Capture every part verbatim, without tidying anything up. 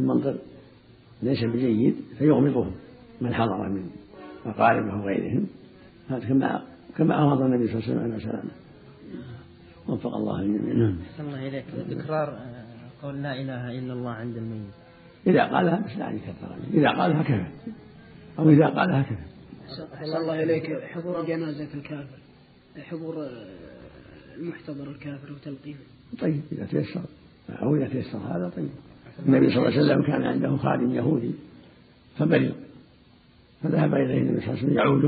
المنظر ليس بجيد فيغمضهم من حضر من أقاربه وغيرهم. هذا كما كما أمر النبي صلى الله عليه وسلم. وفق الله الجميع. أحسن الله إليك. تكرار قول لا إله إلا الله عند الميت إذا قالها بس لا يكثر، إذا قالها كفى، أو إذا قالها كفى. أحسن الله إليك. حضور جنازة الكافر، حضور المحتضر الكافر وتلقيه. طيب إذا تيسر أو إذا تيسر هذا طيب. النبي صلى الله عليه وسلم كان عنده خادم يهودي فبرئ، فذهب إليه النبي صلى الله عليه وسلم يعوده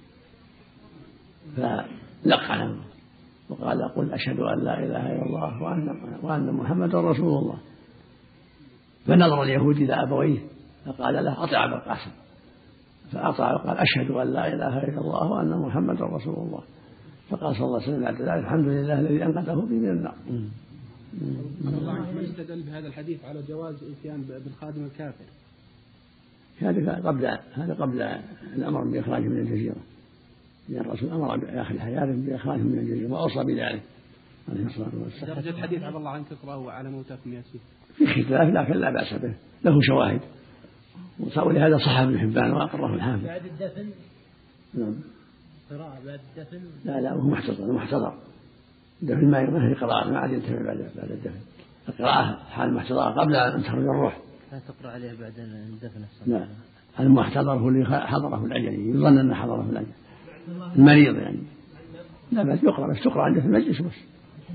فلقنه وقال قل أشهد أن لا إله إلا الله وأن, وأن محمد رسول الله. فنظر اليهودي إلى أبويه فقال له أطع أبا القاسم، فأطاع وقال أشهد أن لا إله إلا الله وأن محمد رسول الله. فقال صلى الله عليه وسلم بعد ذلك الحمد لله الذي أنقذه بي من النار. من استدل بهذا الحديث على جواز الاتيان بالخادم الكافر؟ هذا قبل هذا قبل الأمر بإخراجه من الجزيرة، لأن الرسول أمر بآخر حياته بإخراجه من الجزيرة وأوصى بذلك عليه الصلاة والسلام. درجة الحديث عفى الله عنك تقرأه على موتاكم يا سيدي في خلاف لكن لا بأس به، له شواهد، ولهذا صح ابن حبان وأقره الحافظ. بعد الدفن؟ نعم. قراءة بعد الدفن؟ لا لا هو محتضر محتضر الدفن ما ما هي قراءة، ما عاد ينتهي بعد بعد الدفن. القراءة حال محتضر قبل أن تخرج الروح. لا تقرأ عليه بعد الدفن. لا المحتضر هو اللي حضره الأجل، يظن أنه حضره الأجل، المريض يعني. لا بس يقرأ، بس تقرأ عنده في المجلس بس.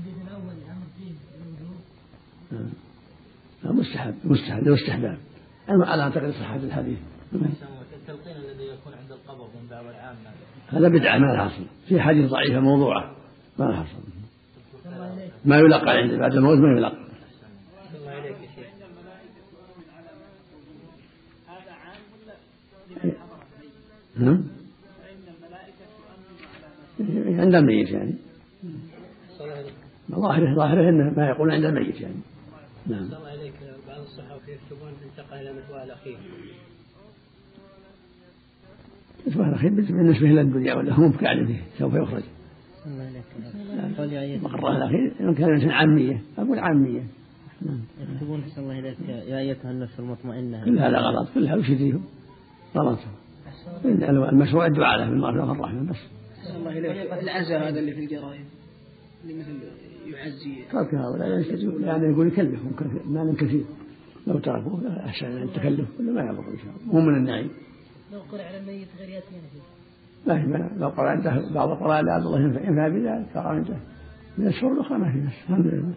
مستحب مستحب واستحباب. أنا على أعتقد صحة الحديث. التلقين الذي يكون عند القبر من دعوة العامة هذا بدعة ما حصل، في حديث ضعيفة موضوعة ما حصل. ما يلقى عند بعد الموت ما يلقى. الله عليك يا شيخ. هذا عام ولا نعم. عند الميت يعني. ظاهره ظاهره انه ما يقول عند الميت يعني. نعم. الله عليك. بعض الصحابة يكتبون انتقل الى مثواه الاخير. مثواه الاخير بالنسبه الى الدنيا ولا هم قاعد فيه سوف يخرج. الله عليك. مقره الاخير ان كانت عاميه اقول عاميه. نعم. يكتبون صلى الله عليك يا ايتها النفس المطمئنه. كل هذا غلط، كل هذا وشديه غلط. المشروع الدعاء له بالمغفرة والرحمة بس. الله إليك. العزاء هذا اللي في الجرايد اللي مثل يعزي ترك هؤلاء يستجيب، يعني يقول يكلفهم مال كثير، لو تركوه أحسن من التكلف ولا ما يضر إن شاء الله، مو من النعيم. لو قرأ على الميت غير ياتينا فيه. ما في، لو قرأ عنده بعض القراء لا الله ينفع بذلك، قرأ عنده من الشهور الأخرى ما في بس. الحمد لله.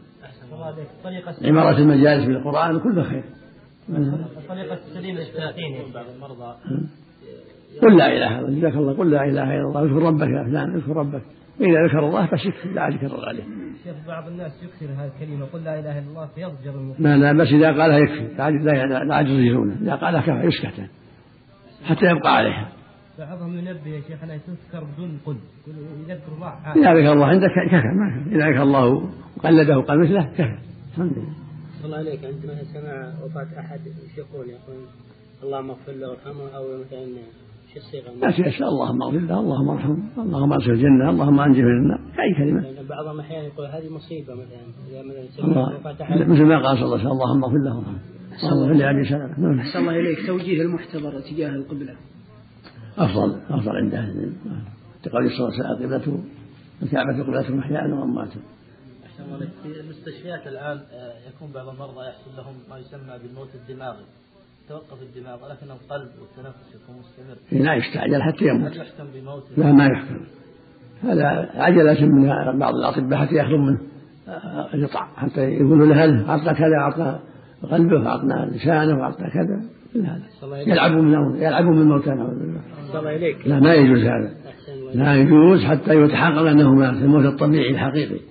عمارة المجالس بالقرآن كله خير. الطريقة السليمة للتلقين بعض المرضى. قل لا إله إلا الله، جزاك الله، قل لا إله إلا الله، اذكر ربك يا فلان، اذكر ربك، وإذا ذكر الله بس يكفي، لا يكرر عليه. شيخ بعض الناس يكثر هذه الكلمة قل لا إله إلا الله فيضجر المخ. ما لا بس إذا قالها يكفي، لا لا يجوزونه، إذا قالها كفى يسكت حتى يبقى عليها. بعضهم ينبه يا شيخ أنها تذكر بدون قل، يذكر الله. إذا ذكر الله عندك كفى، ما إذا ذكر الله وقلده وقال مثله كفى. الحمد لله. الله عليك. عندما سمع وفاة أحد يقول يقول اللهم اغفر له وارحمه، أو مثلا شو الصيغة؟ لا يسأل اللهم اغفر له، اللهم ارحمه، اللهم ادخله الجنة، اللهم أنجه من النار، أي كلمة. لأن بعضهم أحيانا يقول هذه مصيبة مثلا إذا مثلا سمع وفاة أحد، مثل ما قال صلى الله عليه وسلم اللهم اغفر له وارحمه، اللهم اغفر لأبي سلمة. أحسن الله إليك. توجيه المحتضر تجاه القبلة أفضل أفضل عند أهل العلم. تقول صلى الله عليه وسلم قبلته الكعبة قبلتهم أحياء وأمواتا. أحسن الله إليك. في المستشفيات الآن يكون بعض المرضى يحصل لهم ما يسمى بالموت الدماغي، توقف الدماغ ولكن القلب والتنفس يكون مستمر. لا يستعجل حتى يموت. يحكم بموته؟ لا ما يحكم، هذا عجلة من بعض الأطباء حتى يأخذون منه قطع، حتى يقولوا له هل أعطنا كذا، أعطنا قلبه، أعطنا لسانه، أعطنا كذا، كل هذا يلعبوا من يلعبوا من موتانا. لا ما يجوز هذا، لا يجوز حتى يتحقق أنه مات الموت الطبيعي الحقيقي.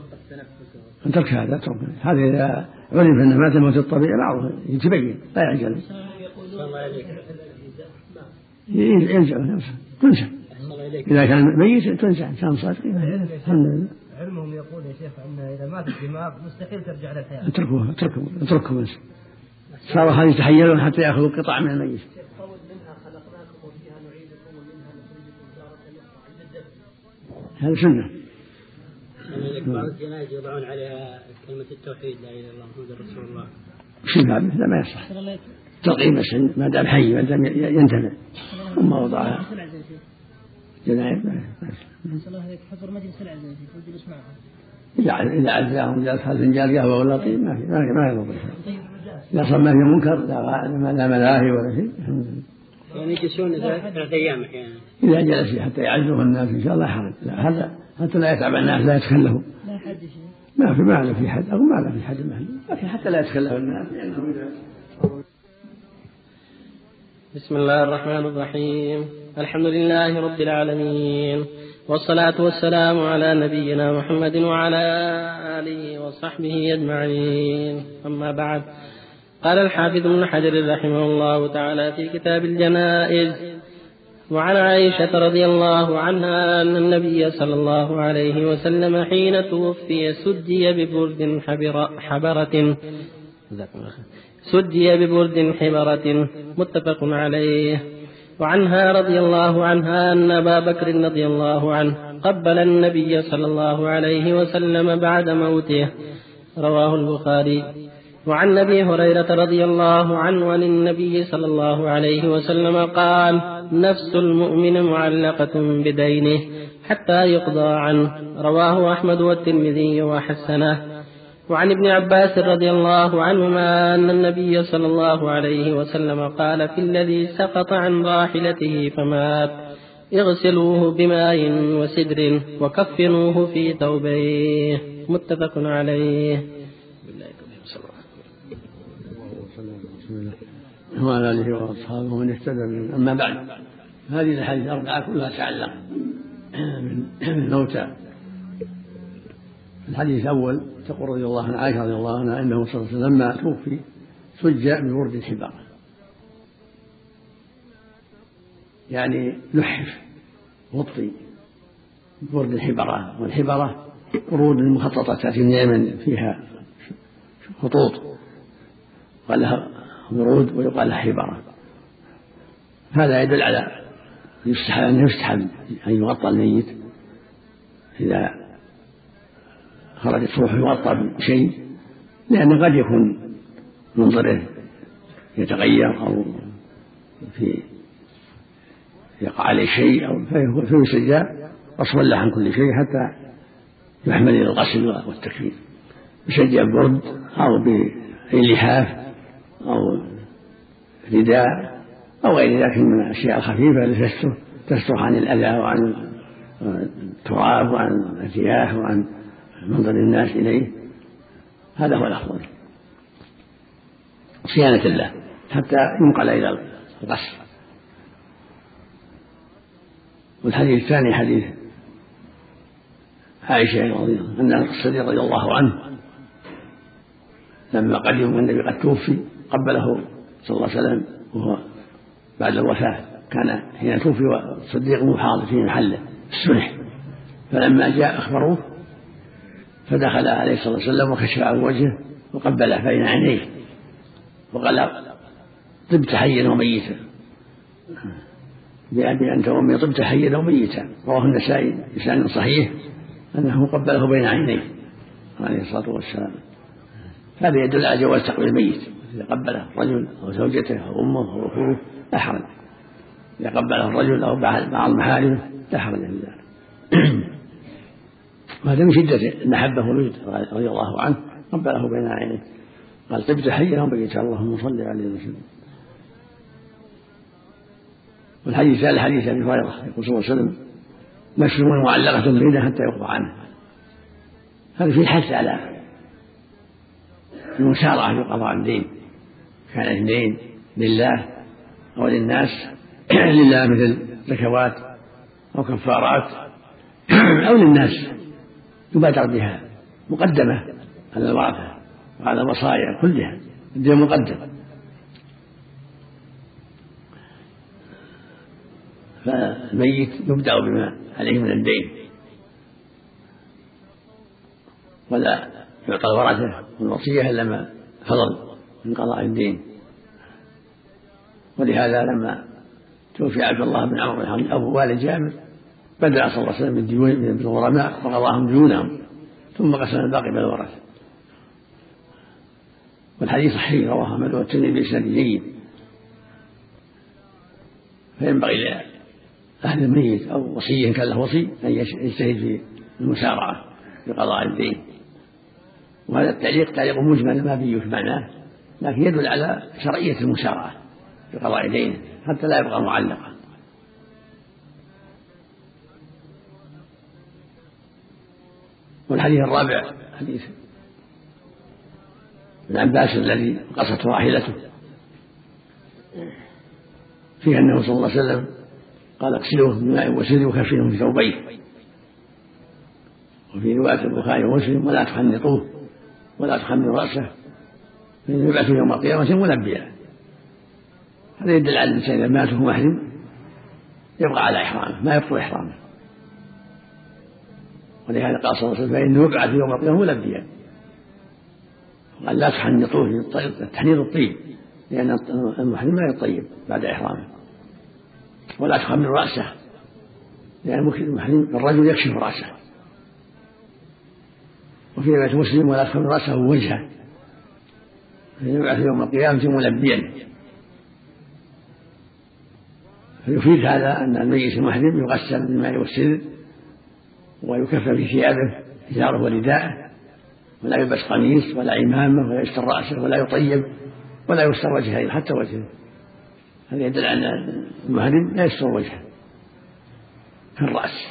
ترك هذا، ترك هذا إذا علم أنه مات الموت الطبيعي معروف يتبين، لا يعجل. ينزع نفسه تنسى، إذا كان ميت تنسى، كان صادق. الحمد لله. علمهم يقول يا شيخ أن إذا مات الدماغ مستحيل ترجع للحياة. اتركوه اتركوه اتركوه بس. صاروا هذه يتحيلون حتى يأخذوا قطع من الميت. هذا سنة. بعض الجنائز يضعون عليها كلمة التوحيد لا إله إلا الله محمد رسول الله. شفاء به لا ما يصح تلقيم بس ما دام حي ما دام ينتفع ثم وضعها جنائز. حضور مجلس العزاء يجلس معهم إذا إذا عزاهم جالس هذا فنجان قهوة ولا طيب ما في ما في ما يضر. إذا صار ما في منكر لا لا ملاهي ولا شيء. يعني يجلسون ثلاث أيام أحيانا. إذا جلس حتى يعزوه الناس إن شاء الله حرج. لا هذا حتى لا يتعب الناس لا يتخلفوا. لا حد شيء. ما في ما له في حد أو ما له في حد مهل لكن حتى لا يتخلف الناس لأنه إذا. بسم الله الرحمن الرحيم. الحمد لله رب العالمين والصلاة والسلام على نبينا محمد وعلى آله وصحبه أجمعين. أما بعد، قال الحافظ ابن حجر رحمه الله تعالى في كتاب الجنائز: وعن عائشة رضي الله عنها أن النبي صلى الله عليه وسلم حين توفي سدي ببرد حبرة سدي ببرد حبرة متفق عليه. وعنها رضي الله عنها أن أبا بكر رضي الله عنه قبل النبي صلى الله عليه وسلم بعد موته، رواه البخاري. وعن أبي هريرة رضي الله عنه عن النبي صلى الله عليه وسلم قال: نفس المؤمن معلقة بدينه حتى يقضى عنه، رواه أحمد والترمذي وحسنه. وعن ابن عباس رضي الله عنهما أن النبي صلى الله عليه وسلم قال في الذي سقط عن راحلته فمات: اغسلوه بماء وسدر وكفنوه في ثوبيه، متفق عليه. وعلى آله وأصحابه من اهتدى بهم. أما بعد، هذه الأحاديث الأربعة كلها تتعلق بالموتى. الحديث الأول تقول رضي الله عنها عائشة رضي الله عنها أنه صلى الله عليه وسلم لما توفي سجى بورد الحبارة، يعني لحف غطي بورد الحبرة. والحبرة ورود مخططة تأتي من اليمن فيها خطوط قال لها ورود ويقال لها حبرة. هذا يدل على أنه يستحب أن يغطى الميت إذا خرجت روحه يغطى بشيء، لأنه قد يكون منظره يتغير أو في يقع عليه شيء أو فيسجى وصول عن كل شيء حتى يحمل إلى الغسل والتكفين، يسجى ببرد أو بلحاف أو رداء أو غير ذلك من الأشياء الخفيفة التي تستر عن الأذى وعن التراب وعن الرياح وعن منظر الناس إليه. هذا هو الأفضل صيانة الله حتى ينقل إلى الغسل. والحديث الثاني حديث عائشة رضي الله عنها أن الصديق رضي الله عنه لما قدم النبي قد توفي قبله صلى الله عليه وسلم وهو بعد الوفاة، كان حين توفي والصديق محاضر في محله السنح، فلما جاء أخبروه فدخل عليه صلى الله عليه وسلم وكشف عن وجهه وقبله بين عينيه وقال: طبت حيا وميتا، بأبي أنت وأمي طبت حيا وميتا. رواه النسائي بسند صحيح أنه قبله بين عينيه عليه الصلاة والسلام. هذا يدل على جواز تقبيل الميت، إذا قبله رجل أو زوجته أو أمه أو أخوه لا حرج، إذا قبله الرجل أو بعض محارمه لا حرج في ذلك. وهذا من شدة المحبة والود رضي الله عنه، قبله بين عينيه قال: طبت حيا وميتا اللهم صل عليه وسلم. والحديث الثالث حديث أبي هريرة يقول صلى الله عليه وسلم: نفس معلقة بيده حتى يقضى عنه. هذا فيه الحث على المسارعة في قضاء الدين، كان اثنين لله أو للناس لله مثل زكوات أو كفارات، أو للناس يبادر بها مقدمة على الورثة وعلى الوصايا كلها، الدين مقدم. فالميت يبدأ بما عليه من الدين ولا يعطى الورثة والوصية إلا ما فضل من قضاء الدين. ولهذا لما توفي عبد الله بن عمرو أبو والد جابر بدأ صلى الله عليه وسلم بالغرماء وقضاهم ديونهم ثم قسم الباقي بالورثة. والحديث صحيح رواه أحمد والترمذي بإسناد جيد. فينبغي لأهل الميت أو وصي كان له وصي أن يجتهد في المسارعة في قضاء الدين. وهذا التعليق تعليق مجمل ما فيه معناه، لكن يدل على شرعية المسارعة في قضاء دينه حتى لا يبقى معلقا. والحديث الرابع حديث ابن عباس الذي قصت راحلته فيه أنه صلى الله عليه وسلم قال اغسلوه بماء وسدر وكفنوه في ثوبيه، وفي رواية البخاري ومسلم ولا تخنطوه ولا تخمروا رأسه فإنه يبعث يوم القيامة ملبيا. هذا يدل على الإنسان إذا مات وهو محرم يبقى على إحرامه ما يبطل إحرامه، ولهذا قال صلى الله عليه وسلم فإنه يبعث يوم القيامة ملبيا. قال لا تحنطوه التحنيط الطيب لأن المحرم لا يطيب بعد إحرامه، ولا تخمروا رأسه لأن المحرم الرجل يكشف رأسه. وفي رواية مسلم ولا تخمر رأسه ووجهه فيبعث يوم القيامة ملبيا. فيفيد هذا أن الميت المحرم يغسل بالماء والسدر ويكفى في ثيابه إزاره ورداءه، ولا يلبس قميص ولا عمامة ولا يستر رأسه ولا يطيب ولا يستر وجهه حتى وجهه. هذا يدل على أن المحرم لا يستر وجهه في الرأس.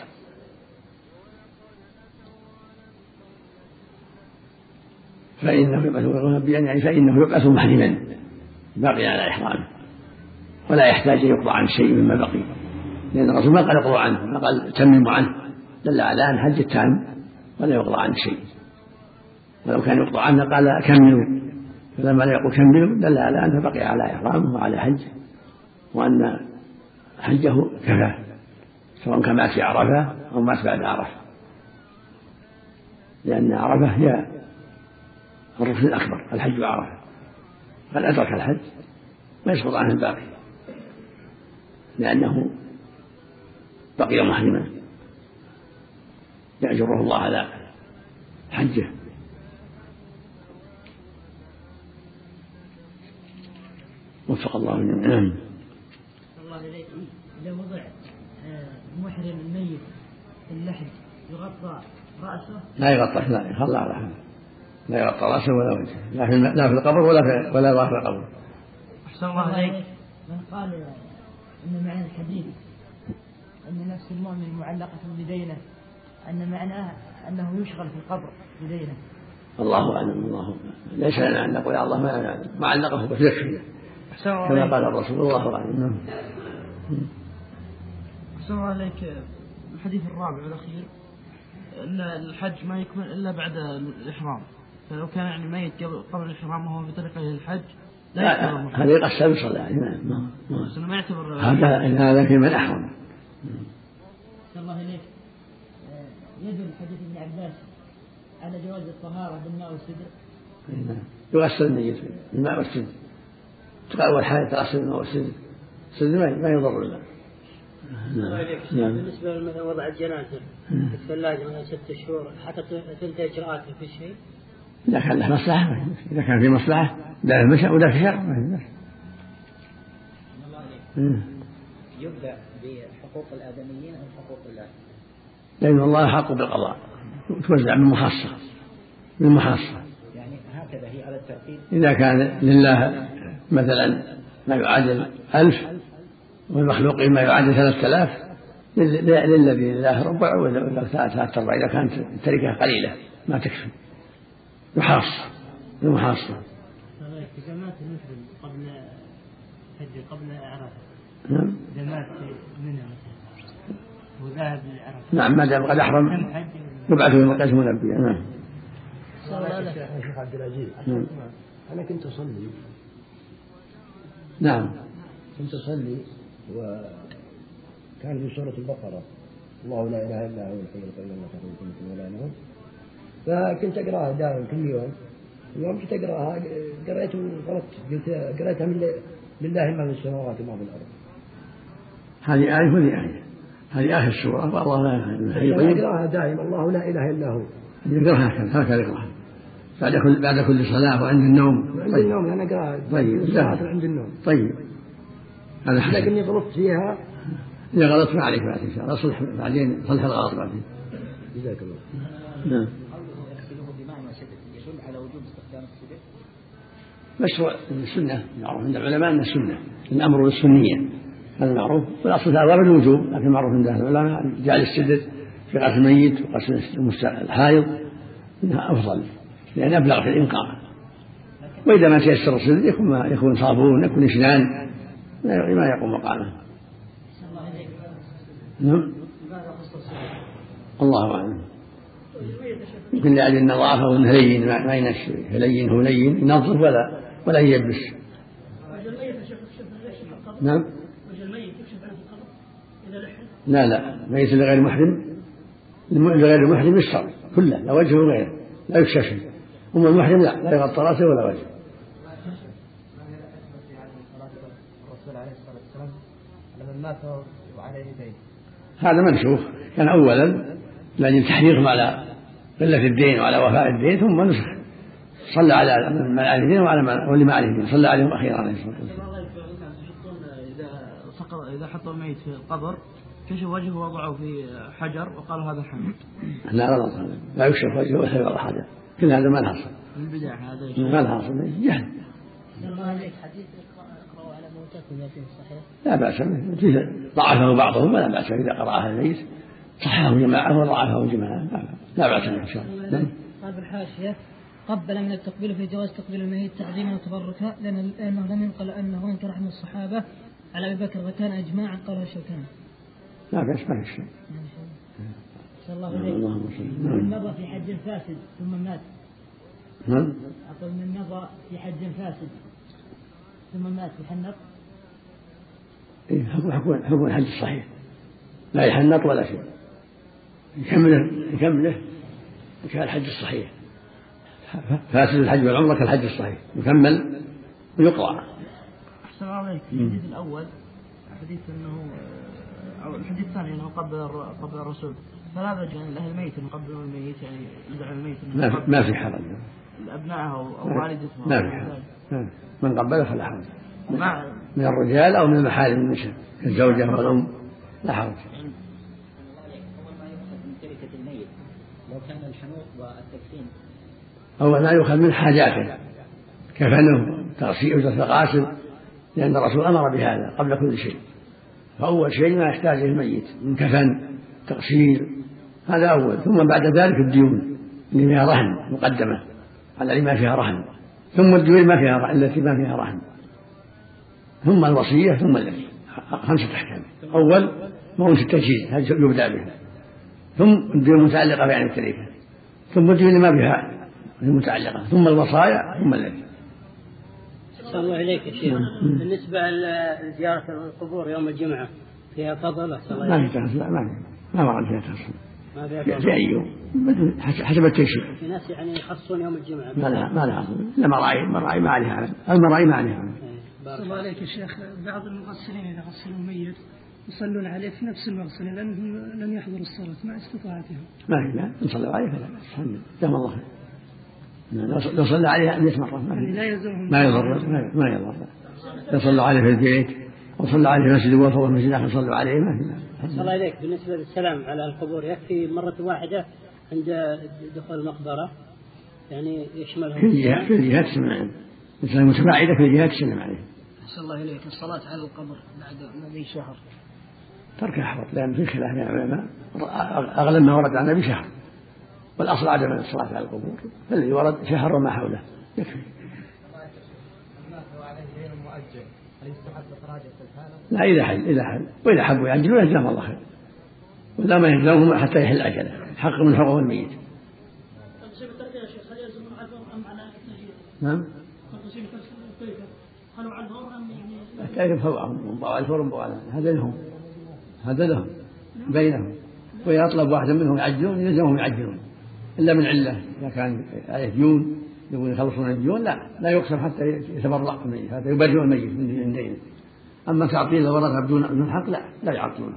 فإنه يبعث ملبيا يعني فإنه يبعث محرما باقي على إحرامه ولا يحتاج أن يقضى عن شيء مما بقي، لأن الرسول ما قال اقضوا عنه، ما قال تمموا عنه، دل على أن حج التام ولا يقضى عنه شيء. ولو كان يقضى عنه قال كملوا، فلما لا يقول كملوا دل على أنه بقي على إحرامه وعلى حجه، وأن حجه كفاه سواء كان مات في عرفة أو مات بعد عرفة، لأن عرفة هي الركن الأكبر، الحج عرفة، قد أدرك الحج ويسقط عنه الباقي لأنه بقي محرما يأجره الله على حجه. وفق الله جميعا. الله إليك إذا وضع محرم الميت في اللحد يغطى رأسه؟ لا يغطى، لا يخلى على حاله، لا يغطى رأسه ولا وجهه، لا في لا في القبر ولا في ولا ظاهر القبر. أحسن الله عليك. من قال أن معنى الحديث أن نفس المؤمن معلقة بدينه أن معناه أنه يشغل في القبر بدينه. الله أعلم، الله ليس لنا أن نقول الله ما نعلم، معلقه بس يكفي كما قال الرسول. الله أعلم. أحسن الله عليك. الحديث الرابع والأخير أن الحج ما يكمل إلا بعد الإحرام، فلو كان يعني ميت قبل الإحرام وهو بطريقة الحج لا يعتبر. هذا يقصر بصلاة. نعم. ما يعتبر هذا هذا في من أحرم. أحسن الله إليك. يدل حديث ابن عباس على جواز الطهارة بالماء والسدر. يغسل الميت بالماء والسدر. أول حاجة تغسل الماء والسدر، السدر ما يضر له. نعم. بالنسبة لمثلا وضع الجنازة في الثلاجة مثلا ست شهور حتى تنتهي إجراءاته في شيء. إذا كان له مصلحة، إذا كان في مصلحة لا في مشاء ولا في شر ما في مشاء. يبدأ بحقوق الآدميين أو حقوق الله؟ لأن الله حق بالقضاء توزع بالمحاصة بالمحاصة. يعني هكذا هي على الترتيب. إذا كان لله مثلا ما يعادل ألف والمخلوقين ما يعادل ثلاثة آلاف للذي لله ربع ولا ثلاثة أرباع إذا كانت التركة قليلة ما تكفي يحاص بالمحاصة. إذا مات المسلم قبل حج قبل عرفة. نعم. إذا مات منها مثلا وذهب لعرفة. نعم ما دام قد أحرم يبعث يوم القيامة ملبيا. نعم. شيخ عبد العزيز أنا كنت أصلي. نعم. كنت أصلي وكان في سورة البقرة الله لا إله إلا هو الحي القيوم لا تأخذه سنة ولا نوم، فكنت أقرأها دائما كل يوم. اليوم كنت أقرأها قرأت غلط، قلت قرأتها من لله ما في السماوات وما في الأرض. هذه آية وهذه آية. هذه آية السورة والله لا إله إلا هو. أقرأها دائما الله لا إله إلا هو. يقرأها هكذا هكذا يقرأها. بعد كل بعد كل صلاة وعند النوم. عند النوم أنا قراءة طيب عند النوم. طيب هذا حسن. لكني غلطت فيها. إذا غلطت ما عليك بعد إن شاء الله صلح بعدين صلح الغلط بعدين. جزاك الله. نعم. مشروع السنة معروف عند العلماء أن السنة الأمر بالسنية هذا معروف، والأصل في هذا الوجوب، لكن معروف عند العلماء جعل السدر في غسل الميت وغسل الحائض إنها أفضل لأن أبلغ في الإنقاء. وإذا ما تيسر السدر يكون يكون صابون يكون إشنان ما يقوم مقامه. نعم الله أعلم. يمكن لأجل النظافة وأنه لين ما ينشف لين هو لين ينظف ولا ولا ييبس. نعم. لا لا ميت لغير محرم لغير المحرم يستر كله لا وجهه غيره لا يكشف. أما المحرم لا لا يغطى رأسه ولا وجهه. الرسول عليه الصلاة والسلام لما مات وعلى يديه هذا منسوخ كان أولا لأجل تحريضهم على قلة الدين وعلى وفاء الدين ثم نسخ صلى على من عليه الدين وعلى واللي ما عليه الدين صلى عليهم أخيرا عليه الصلاة والسلام. إذا حطوا الميت في القبر كشف وجهه ووضعوا في حجر وقالوا هذا حمد. لا غلط هذا لا يكشف وجهه ولا يوضع حجر كل هذا ما الحصل من البدع هذا ما الحصل جهل. لا بأس به ضعفه بعضهم ولا بأس إذا قرأها الميت صححه جماعة وضعفه جماعة لا بأس إن شاء الله. قال بالحاشية قبل من التقبيل في جواز تقبيل الميت تعظيما وتبركا لأنه لم ينقل أنه انكر من الصحابة على أبي بكر وكان إجماعا قالوا الشوكاني. لا بأس ما في شيء. صلى الله عليه وسلم. من مضى في حج فاسد ثم مات. نعم. أقول من مضى في حج فاسد ثم مات يحنط. إيه حكم حكم الحج الصحيح لا يحنط ولا شيء يكمله يكمله كان الحج الصحيح. فاسد الحج والعمرة كالحج الصحيح يكمل ويقرأ. أحسن عليك. الحديث الأول حديث أنه أو الحديث الثاني أنه قبل قبل الرسول فلا بد يعني أهل الميت أن يقبلون الميت يعني يدعو الميت ما في ما في حرج. أبنائه أو والدته ما في حرج من قبله فلا حرج من الرجال أو من المحارم النساء كالزوجة والأم لا حرج. لو كان الحنوط والتكفين أول ما يؤخذ من حاجاته كفنه تغسيل وغاسل لأن الرسول أمر بهذا قبل كل شيء. فأول شيء ما يحتاجه الميت من كفن تغسيل هذا أول ثم بعد ذلك الديون اللي فيها رهن مقدمة على اللي ما فيها رهن ثم الديون ما فيها رهن التي ما فيها رهن ثم الوصية ثم الذي خمسة أحكام. أول مؤونة التجهيز هذا يبدأ به ثم الديون المتعلقة بعين التركة ثم الديون اللي ما بها المتعلقة ثم الوصايا ثم الذي. صلى الله عليك يا شيخ. بالنسبة لزيارة القبور يوم الجمعة فيها فضل صلى الله عليك؟ ما فيها ما ما ورد فيها تفصيل. ما فيها في أي يوم حسب التيسير. في ناس يعني يخصون يوم الجمعة. ما لها ما لها لا مراعي مراعي ما عليها المراعي ما عليها. صلى الله عليك يا شيخ. بعض المغسلين إذا غسلوا الميت يصلون عليه في نفس المغسل لأنهم لم يحضروا الصلاة مع استطاعتهم. ما هي لا إن صلوا عليه فلا بأس جزاهم الله خير. لو صلى عليها مئة مرة ما يضر ما يضر. لو صلوا عليه في البيت أو صلى عليه في المسجد وفضل المسجد آخر صلوا عليه ما في. صلى الله عليك. بالنسبة للسلام على القبور يكفي مرة واحدة عند دخول المقبرة يعني يشملهم في الجهات في الجهات سمعين مثل المتباعدة في الجهات سلم عليه. صلى الله عليك. الصلاة على القبر بعد مضي شهر ترك أحوط لأن في خلاف بين العلماء أغلب ما ورد عن النبي شهر والأصل عدم الصلاة على القبور فالذي ورد شهر وما حوله يكفي. لا إذا حل إذا حل وإذا حبوا يعجلون يجزاهم الله خير ولا ما يجزاهم حتى يحل أجله حق من حقوق الميت. نعم. التعريف فوقهم وضعوا الفرن هذا لهم هذا لهم بينهم ويطلب واحد منهم يعجلون يلزمهم يعجلون إلا من علة إذا كان عليه ديون يقول يخلصون الديون لا لا يقسم حتى يتبرع الميت هذا يبرئ الميت من دينه. أما تعطيل الورثة بدون الحق لا لا يعطلونه.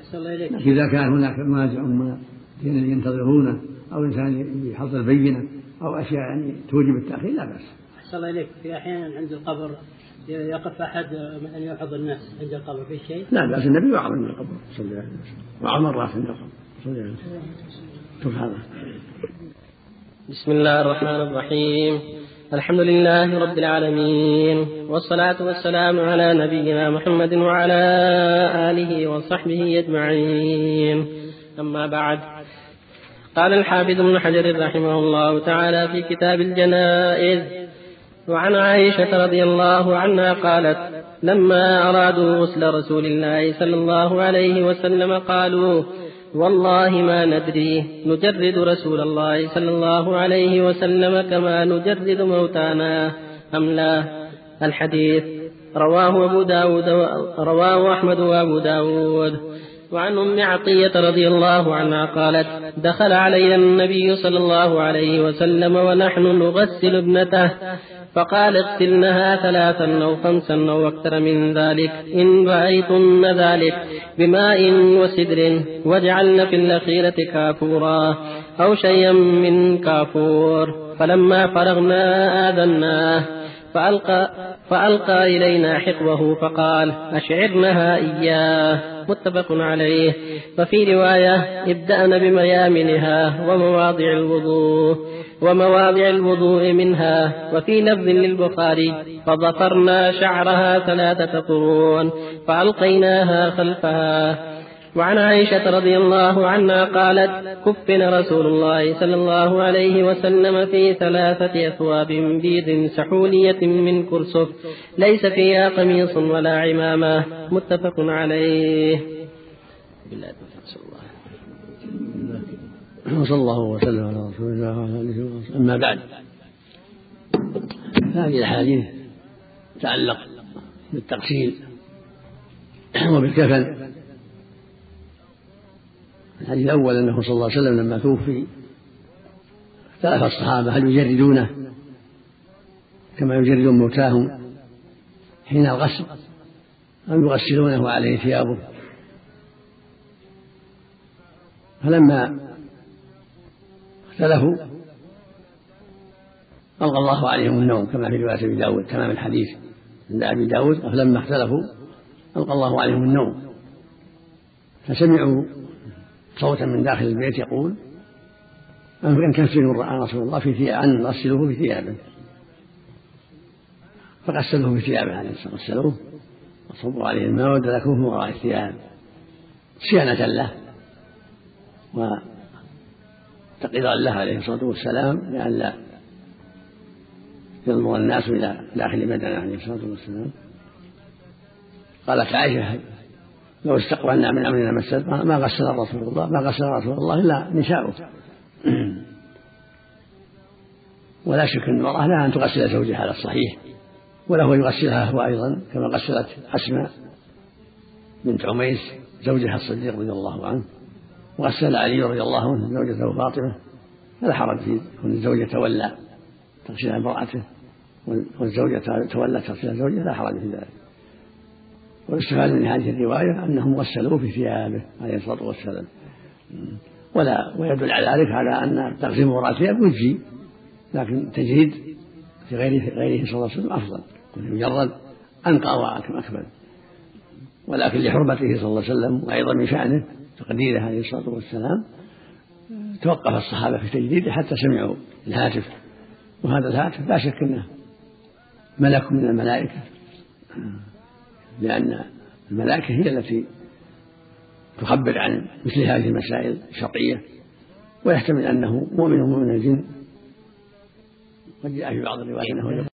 إذا كان هناك مانع من الدين اللي ينتظرونه أو إنسان يحصل بينة أو أشياء يعني توجب التأخير لا بأس. أحسن الله إليك، في أحيانا عند القبر يقف أحد مثلا يوعظ الناس عند القبر في شيء؟ لا بأس، النبي وعظ عند القبر صلى الله عليه وسلم، وعظ مرات عند القبر صلى الله عليه وسلم. سبحان الله. بسم الله الرحمن الرحيم. الحمد لله رب العالمين، والصلاة والسلام على نبينا محمد وعلى آله وصحبه أجمعين. أما بعد، قال الحافظ ابن حجر رحمه الله تعالى في كتاب الجنائز: وعن عائشة رضي الله عنها قالت: لما أرادوا غسل رسول الله صلى الله عليه وسلم قالوا: والله ما ندري نجرد رسول الله صلى الله عليه وسلم كما نجرد موتانا أم لا. الحديث رواه أبو داود رواه أحمد وأبو داود. وعن أم عطية رضي الله عنها قالت: دخل علينا النبي صلى الله عليه وسلم ونحن نغسل ابنته فقال: اغسلنها ثلاثا أو خمسا أو أكثر من ذلك إن رأيتن ذلك بماء وسدر، واجعلن في الأخيرة كافورا أو شيئا من كافور. فلما فرغنا آذناه فألقى, فألقى إلينا حقوه فقال: أشعرنها إياه. متفق عليه. وفي رواية: ابدأنا بميامنها ومواضع الوضوء ومواضع الوضوء منها. وفي لفظ للبخاري: فضفرنا شعرها ثلاثة قرون فألقيناها خلفها. وعن عائشة رضي الله عنها قالت: كفن رسول الله صلى الله عليه وسلم في ثلاثة أثواب بيض سحولية من كرسف ليس فيها قميص ولا عمامة. متفق عليه. وصلى الله وسلم على رسول الله وعلى آله وصحبه. أما بعد، هذه الأحاديث تتعلق بالتغسيل وبالكفن. الحديث الأول أنه صلى الله عليه وسلم لما توفي اختلف الصحابة هل يجردونه كما يجردون موتاهم حين الغسل أم يغسلونه عليه ثيابه. فلما اختلفوا ألقى الله عليهم النوم كما في رواية أبي داود، تمام الحديث عند أبي داود: فلما اختلفوا ألقى الله عليهم النوم، فسمعوا صوتا من داخل البيت يقول: أن كفنوا رسول الله في ثيابه، أن نغسلوه في ثيابه. فغسلوه في ثيابه عليه الصلاة والسلام، غسلوه وصبوا عليه الماء ودلكوه من وراء الثياب صيانة له وتقديرا له عليه الصلاة والسلام، لئلا ينظر الناس إلى داخل بدنه عليه الصلاة والسلام. قالت عائشة: لو استقبلنا من أمرنا مسجد ما غسل رسول الله ما غسل رسول الله إلا نساؤه. ولا شك أن المرأة لها أن تغسل زوجها على الصحيح، وله يغسلها هو أيضا كما غسلت أسماء بنت عميس زوجها الصديق رضي الله عنه، وغسل علي رضي الله عنه زوجته فاطمة. فلا حرج في كون الزوجة تولى تغسل امرأته والزوجة تولى تغسل زوجها، لا حرج في ذلك. والاستفادة من هذه الرواية أنهم غسلوه في ثيابه عليه الصلاة والسلام، ولا ويدل على ذلك على أن تغسيل وراء الثياب يجزي، لكن تجريد في غيره غيره صلى الله عليه وسلم أفضل، مجرد أنقى وأكمل. ولكن لحرمته صلى الله عليه وسلم وأيضا من شأنه تقديره عليه الصلاة والسلام توقف الصحابة في تجديده حتى سمعوا الهاتف. وهذا الهاتف لا شك أنه ملك من الملائكة، لأن الملائكة هي التي تخبر عن مثل هذه المسائل الشرعية، ويحتمل أنه مؤمن من الجن. قد جاء في بعض الروايات أنه